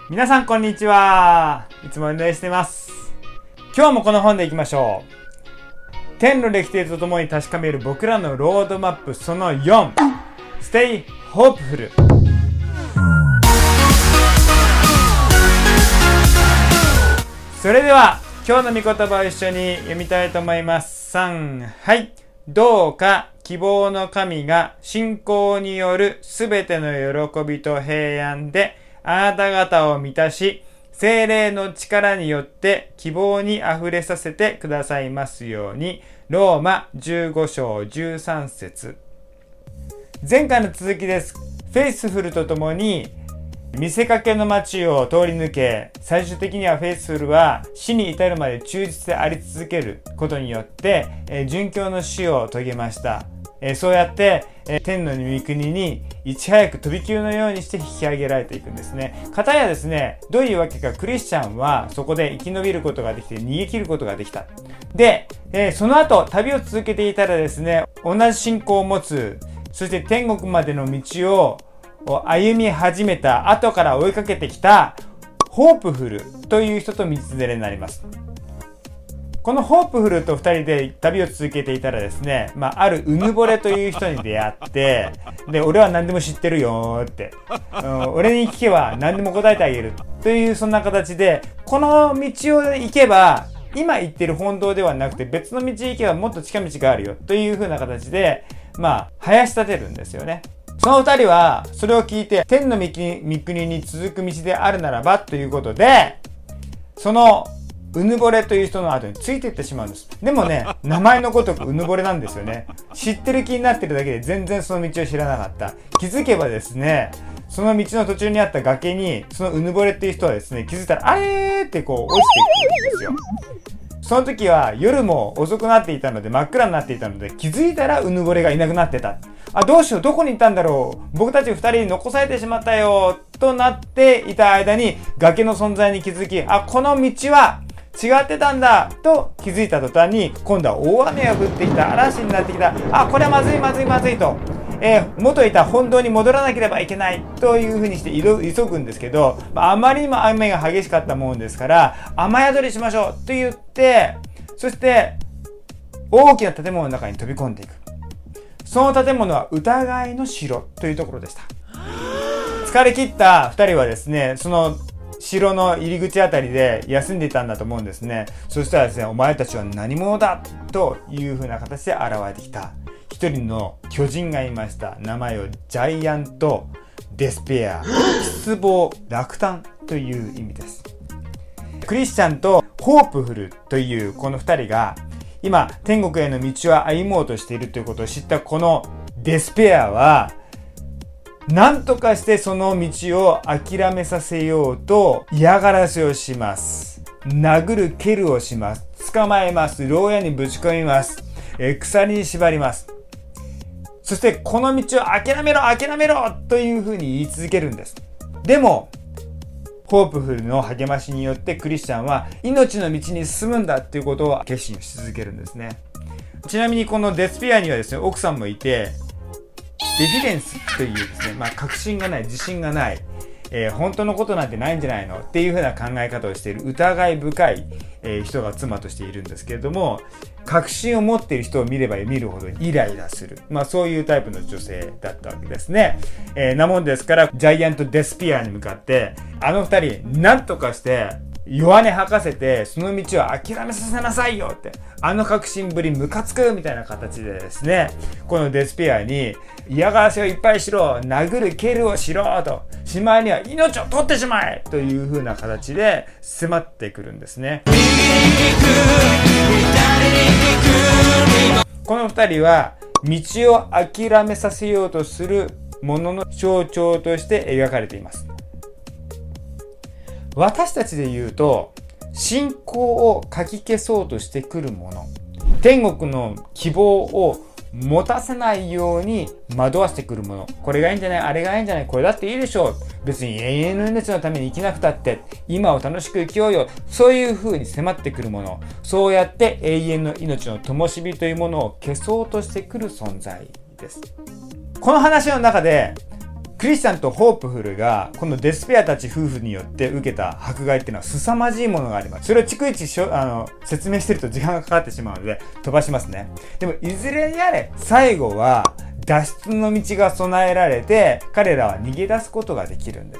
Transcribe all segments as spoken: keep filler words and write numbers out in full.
皆さんこんにちは。いつも運営しています。今日もこの本でいきましょう。天の歴程とともに確かめる僕らのロードマップそのよん Stay Hopeful。 それでは今日の御言葉を一緒に読みたいと思います。さんはい。どうか希望の神が信仰によるすべての喜びと平安であなた方を満たし、聖霊の力によって希望にあふれさせてくださいますように。ローマじゅうご章じゅうさん節。前回の続きです。フェイスフルとともに見せかけの街を通り抜け、最終的にはフェイスフルは死に至るまで忠実であり続けることによって、えー、殉教の死を遂げました。えー、そうやって、えー、天の御国にいち早く飛び級のようにして引き上げられていくんですね。かたやですね、どういうわけかクリスチャンはそこで生き延びることができて逃げ切ることができた。で、えー、その後旅を続けていたらですね、同じ信仰を持つ、そして天国までの道を歩み始めた後から追いかけてきたホープフルという人と道連れになります。このホープフルと二人で旅を続けていたらですね、まあ、あるうぬぼれという人に出会って、で、俺は何でも知ってるよーって、うん、俺に聞けば何でも答えてあげるという、そんな形で、この道を行けば、今行ってる本道ではなくて別の道行けばもっと近道があるよという風な形で、まあ、林立てるんですよね。その二人はそれを聞いて、天の御国に続く道であるならばということで、そのうぬぼれという人の後についていってしまうんです。でもね、名前のごとくうぬぼれなんですよね。知ってる気になってるだけで全然その道を知らなかった。気づけばですね、その道の途中にあった崖にそのうぬぼれっていう人はですね、気づいたらあれーってこう落ちていくんですよ。その時は夜も遅くなっていたので、真っ暗になっていたので、気づいたらうぬぼれがいなくなってた。あ、どうしよう、どこに行ったんだろう、僕たち二人に残されてしまったよとなっていた間に崖の存在に気づき、あ、この道は違ってたんだと気づいた途端に、今度は大雨が降ってきた、嵐になってきた。あ、これはまずいまずいまずいと、えー、元いた本堂に戻らなければいけないというふうにして急ぐんですけど、あまりにも雨が激しかったもんですから、雨宿りしましょうと言って、そして大きな建物の中に飛び込んでいく。その建物は疑いの城というところでした。疲れ切った二人はですね、その城の入り口あたりで休んでいたんだと思うんですね。そしたらですね、お前たちは何者だという風な形で現れてきた一人の巨人がいました。名前をジャイアントデスペア、失望、落胆という意味です。クリスチャンとホープフルというこの二人が今天国への道を歩もうとしているということを知ったこのデスペアは、何とかしてその道を諦めさせようと嫌がらせをします。殴る蹴るをします。捕まえます。牢屋にぶち込みます。えー、鎖に縛ります。そしてこの道を諦めろ諦めろというふうに言い続けるんです。でもホープフルの励ましによってクリスチャンは命の道に進むんだということを決心し続けるんですね。ちなみにこのデスペアにはですね、奥さんもいて、デフィデンスというですね、まあ確信がない、自信がない、えー、本当のことなんてないんじゃないのっていうふうな考え方をしている疑い深い、えー、人が妻としているんですけれども、確信を持っている人を見れば見るほどイライラする、まあそういうタイプの女性だったわけですね。えー、なもんですからジャイアントデスピアに向かってあの二人何とかして弱音吐かせてその道を諦めさせなさいよって、あの確信ぶりムカつくみたいな形でですね、このデスペアに嫌がらせをいっぱいしろ、殴る蹴るをしろと、しまいには命を取ってしまえという風な形で迫ってくるんですね。この二人は道を諦めさせようとするものの象徴として描かれています。私たちで言うと、信仰をかき消そうとしてくるもの、天国の希望を持たせないように惑わせてくるもの、これがいいんじゃない、あれがいいんじゃない、これだっていいでしょう、別に永遠の命のために生きなくたって今を楽しく生きようよ、そういう風に迫ってくるもの、そうやって永遠の命の灯火というものを消そうとしてくる存在です。この話の中でクリスチャンとホープフルがこのデスペアたち夫婦によって受けた迫害っていうのは凄まじいものがあります。それを逐一しょあの説明してると時間がかかってしまうので飛ばしますね。でもいずれにあれ最後は脱出の道が備えられて彼らは逃げ出すことができるんです。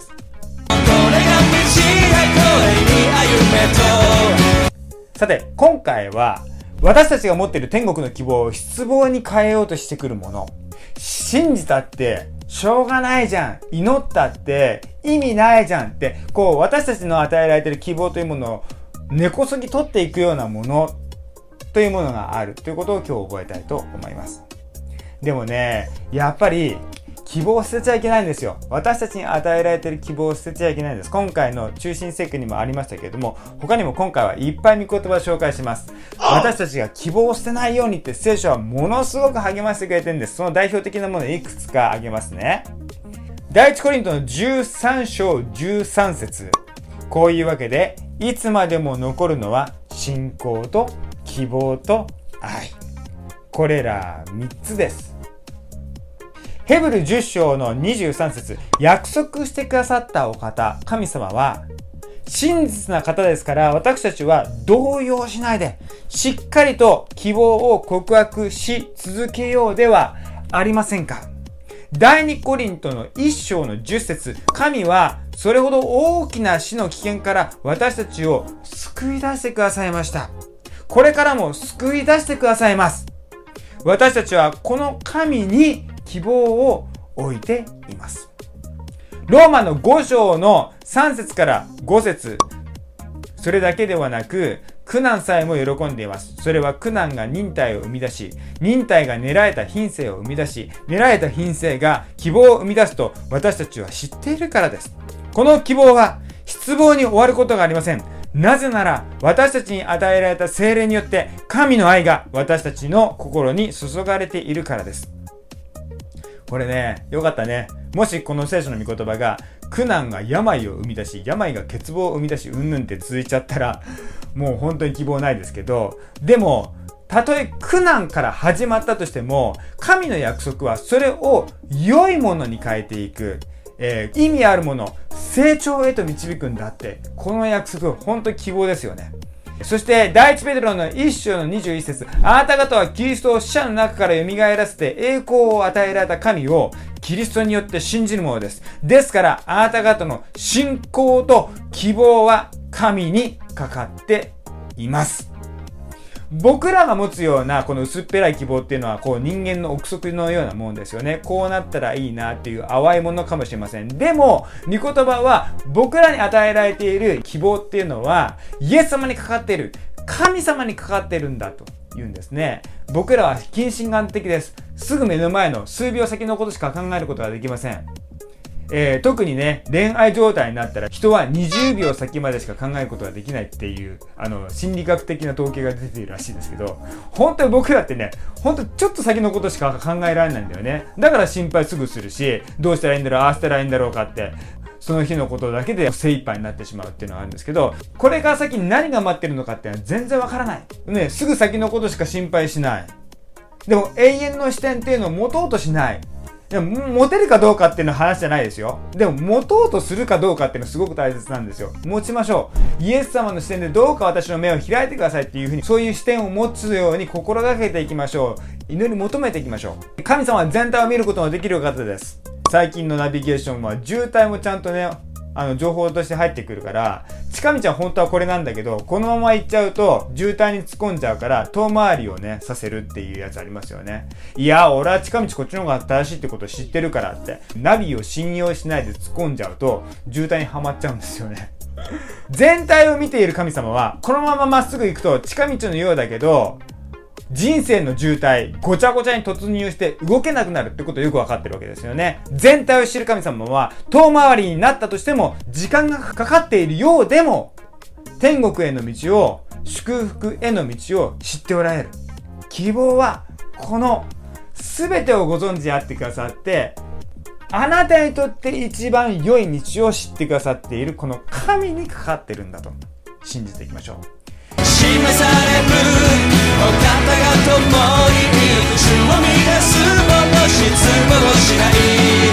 さて今回は私たちが持っている天国の希望を失望に変えようとしてくるもの、信じたってしょうがないじゃん、祈ったって意味ないじゃんって、こう私たちの与えられている希望というものを根こそぎ取っていくようなものというものがあるということを今日覚えたいと思います。でもね、やっぱり希望を捨てちゃいけないんですよ。私たちに与えられている希望を捨てちゃいけないんです。今回の中心聖句にもありましたけれども、他にも今回はいっぱい御言葉を紹介します。私たちが希望を捨てないようにって聖書はものすごく励ましてくれてるんです。その代表的なものをいくつか挙げますね。第一コリントのじゅうさん章じゅうさん節、こういうわけでいつまでも残るのは信仰と希望と愛、これらみっつです。ヘブルじゅっ章のにじゅうさん節、約束してくださったお方、神様は真実な方ですから、私たちは動揺しないでしっかりと希望を告白し続けようではありませんか。第二コリントのいっ章のじゅっ節、神はそれほど大きな死の危険から私たちを救い出してくださいました。これからも救い出してくださいます。私たちはこの神に希望を置いています。ローマのご章のさん節からご節、それだけではなく苦難さえも喜んでいます。それは苦難が忍耐を生み出し、忍耐が練られた品性を生み出し、練られた品性が希望を生み出すと私たちは知っているからです。この希望は失望に終わることがありません。なぜなら私たちに与えられた聖霊によって神の愛が私たちの心に注がれているからです。これね、よかったね。もしこの聖書の御言葉が苦難が病を生み出し、病が欠乏を生み出し、うんぬんって続いちゃったらもう本当に希望ないですけど、でもたとえ苦難から始まったとしても神の約束はそれを良いものに変えていく、えー、意味あるもの、成長へと導くんだって、この約束は本当に希望ですよね。そして第一ペテロのいっ章のにじゅういち節、あなた方はキリストを死者の中から蘇らせて栄光を与えられた神をキリストによって信じるものです。ですからあなた方の信仰と希望は神にかかっています。僕らが持つようなこの薄っぺらい希望っていうのはこう人間の憶測のようなもんですよね。こうなったらいいなっていう淡いものかもしれません。でも御言葉は僕らに与えられている希望っていうのはイエス様にかかっている、神様にかかっているんだと言うんですね。僕らは近視眼的です。すぐ目の前の数秒先のことしか考えることができません。えー、特にね、恋愛状態になったら人はにじゅうびょう先までしか考えることができないっていうあの心理学的な統計が出ているらしいですけど、本当に僕らってね、本当ちょっと先のことしか考えられないんだよね。だから心配すぐするし、どうしたらいいんだろう、ああしたらいいんだろうかってその日のことだけで精一杯になってしまうっていうのがあるんですけど、これから先に何が待ってるのかっていうのは全然わからないね。すぐ先のことしか心配しない。でも永遠の視点っていうのを持とうとしない。でも持てるかどうかっていうのは話じゃないですよ。でも持とうとするかどうかっていうのはすごく大切なんですよ。持ちましょう。イエス様の視点でどうか私の目を開いてくださいっていうふうに、そういう視点を持つように心がけていきましょう。祈り求めていきましょう。神様は全体を見ることのできる方です。最近のナビゲーションは渋滞もちゃんとね、あの情報として入ってくるから、近道は本当はこれなんだけど、このまま行っちゃうと渋滞に突っ込んじゃうから遠回りをねさせるっていうやつありますよね。いや俺は近道こっちの方が正しいってことを知ってるからってナビを信用しないで突っ込んじゃうと渋滞にはまっちゃうんですよね。全体を見ている神様はこのまままっすぐ行くと近道のようだけど人生の渋滞、ごちゃごちゃに突入して動けなくなるってことをよくわかってるわけですよね。全体を知る神様は遠回りになったとしても時間がかかっているようでも天国への道を、祝福への道を知っておられる。希望はこの全てをご存知であってくださって、あなたにとって一番良い道を知ってくださっているこの神にかかってるんだと信じていきましょう。示されるお方が共に主を満たすもの失望しない。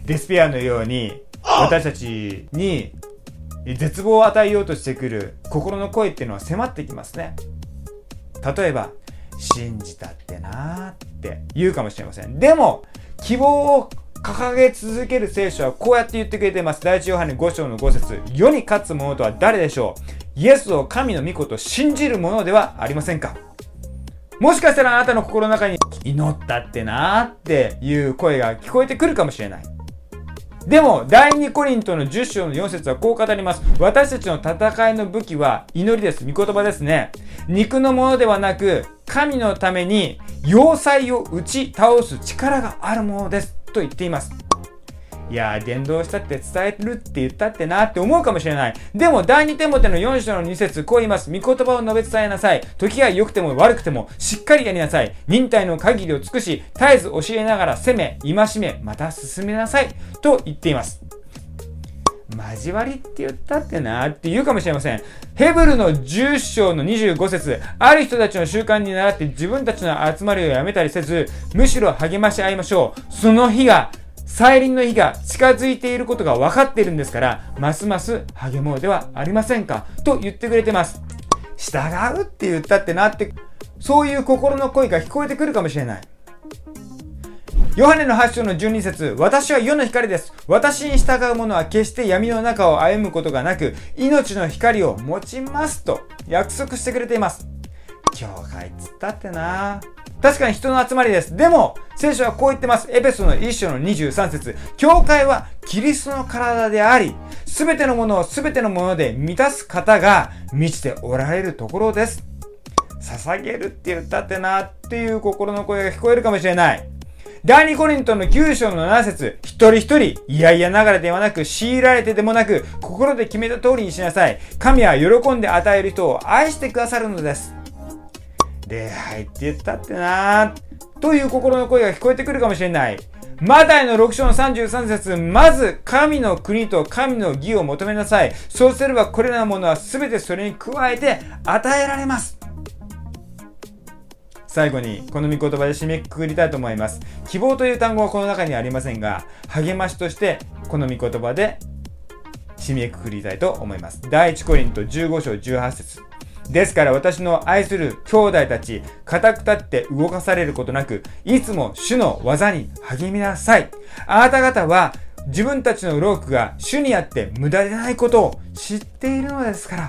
デスペアのように私たちに絶望を与えようとしてくる心の声っていうのは迫ってきますね。例えば信じたってなーって言うかもしれません。でも希望を掲げ続ける聖書はこうやって言ってくれています。第一ヨハネご章のご節、世に勝つ者とは誰でしょう。イエスを神の御子と信じる者ではありませんか。もしかしたらあなたの心の中に祈ったってなーっていう声が聞こえてくるかもしれない。でも第二コリントのじゅっ章のよん節はこう語ります。私たちの戦いの武器は祈りです。御言葉ですね。肉のものではなく神のために要塞を打ち倒す力があるものですと言っています。いやー、伝道したって伝えるって言ったってなって思うかもしれない。でも第二テモテのよん章のに節、こう言います。御言葉を述べ伝えなさい。時が良くても悪くてもしっかりやりなさい。忍耐の限りを尽くし、絶えず教えながら責め、戒め、また進めなさいと言っています。交わりって言ったってなーって言うかもしれません。ヘブルのじゅっ章のにじゅうご節、ある人たちの習慣に倣って自分たちの集まりをやめたりせず、むしろ励まし合いましょう。その日が再臨の日が近づいていることが分かっているんですから、ますます励もうではありませんかと言ってくれてます。従うって言ったってなって、そういう心の声が聞こえてくるかもしれない。ヨハネのはち章のじゅうに節、私は世の光です。私に従う者は決して闇の中を歩むことがなく、命の光を持ちますと約束してくれています。教会っつったってな。確かに人の集まりです。でも聖書はこう言ってます。エペソのいち章のにじゅうさん節、教会はキリストの体であり、すべてのものをすべてのもので満たす方が満ちておられるところです。捧げるって言ったってなっていう心の声が聞こえるかもしれない。第二コリントのきゅう章のなな節、一人一人、いやいやながらではなく、強いられてでもなく、心で決めた通りにしなさい。神は喜んで与える人を愛してくださるのです。礼拝って言ったってなーという心の声が聞こえてくるかもしれない。マタイのろく章のさんじゅうさん節、まず神の国と神の義を求めなさい。そうすればこれらのものはすべてそれに加えて与えられます。最後にこの御言葉で締めくくりたいと思います。希望という単語はこの中にはありませんが、励ましとしてこの御言葉で締めくくりたいと思います。第一コリントじゅうご章じゅうはち節、ですから私の愛する兄弟たち、固く立って動かされることなく、いつも主の技に励みなさい。あなた方は自分たちの労苦が主にあって無駄でないことを知っているのですから。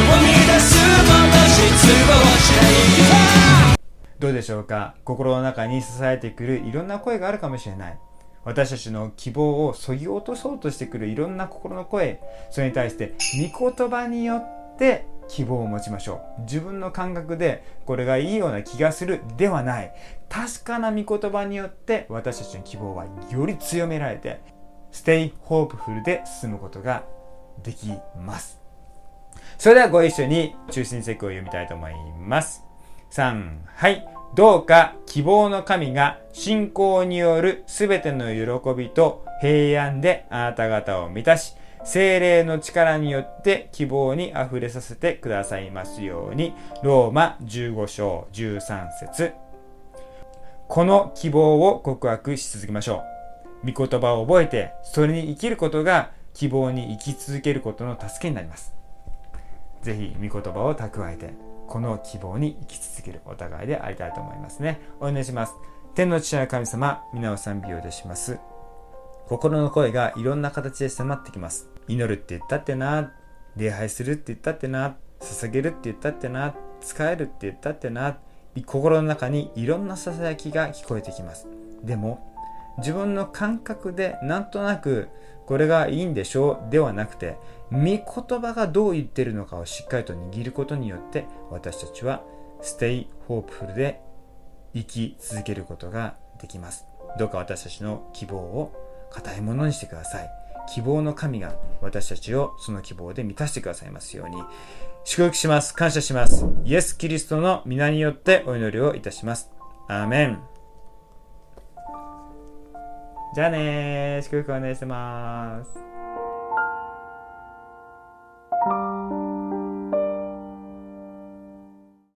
どうでしょうか。心の中に支えてくるいろんな声があるかもしれない。私たちの希望を削ぎ落とそうとしてくるいろんな心の声、それに対して御言葉によって希望を持ちましょう。自分の感覚でこれがいいような気がするではない。確かな御言葉によって私たちの希望はより強められて、ステイホープフルで進むことができます。それではご一緒に中心節句を読みたいと思います。さん、はい。どうか希望の神が信仰によるすべての喜びと平安であなた方を満たし、聖霊の力によって希望にあふれさせてくださいますように。ローマじゅうご章じゅうさん節。この希望を告白し続けましょう。御言葉を覚えてそれに生きることが希望に生き続けることの助けになります。ぜひ御言葉を蓄えてこの希望に生き続けるお互いでありたいと思いますね。お願いします。天の父なる神様、皆を賛美をいたします。心の声がいろんな形で迫ってきます。祈るって言ったってな、礼拝するって言ったってな、捧げるって言ったってな、仕えるって言ったってな、心の中にいろんなささやきが聞こえてきます。でも自分の感覚でなんとなくこれがいいんでしょうではなくて、御言葉がどう言っているのかをしっかりと握ることによって私たちはステイホープフルで生き続けることができます。どうか私たちの希望を固いものにしてください。希望の神が私たちをその希望で満たしてくださいますように。祝福します。感謝します。イエス・キリストの皆によってお祈りをいたします。アーメン。じゃあねー。祝福お願いします。